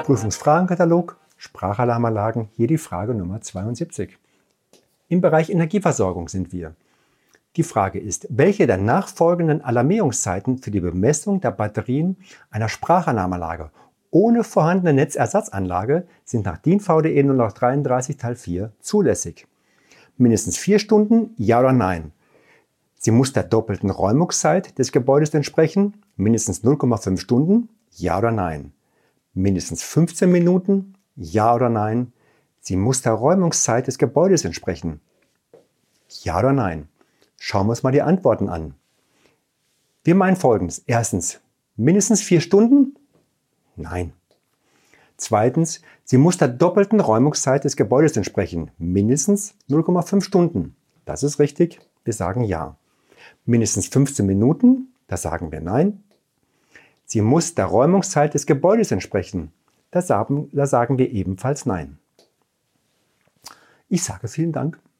Prüfungsfragenkatalog, Sprachalarmanlagen, hier die Frage Nummer 72. Im Bereich Energieversorgung sind wir. Die Frage ist, welche der nachfolgenden Alarmierungszeiten für die Bemessung der Batterien einer Sprachalarmanlage ohne vorhandene Netzersatzanlage sind nach DIN VDE 033 Teil 4 zulässig? Mindestens 4 Stunden, ja oder nein? Sie muss der doppelten Räumungszeit des Gebäudes entsprechen, mindestens 0,5 Stunden, ja oder nein? Mindestens 15 Minuten, ja oder nein? Sie muss der Räumungszeit des Gebäudes entsprechen, ja oder nein? Schauen wir uns mal die Antworten an. Wir meinen Folgendes. Erstens, mindestens 4 Stunden? Nein. Zweitens, sie muss der doppelten Räumungszeit des Gebäudes entsprechen. Mindestens 0,5 Stunden. Das ist richtig. Wir sagen ja. Mindestens 15 Minuten? Da sagen wir nein. Sie muss der Räumungszeit des Gebäudes entsprechen. Da sagen wir ebenfalls nein. Ich sage vielen Dank.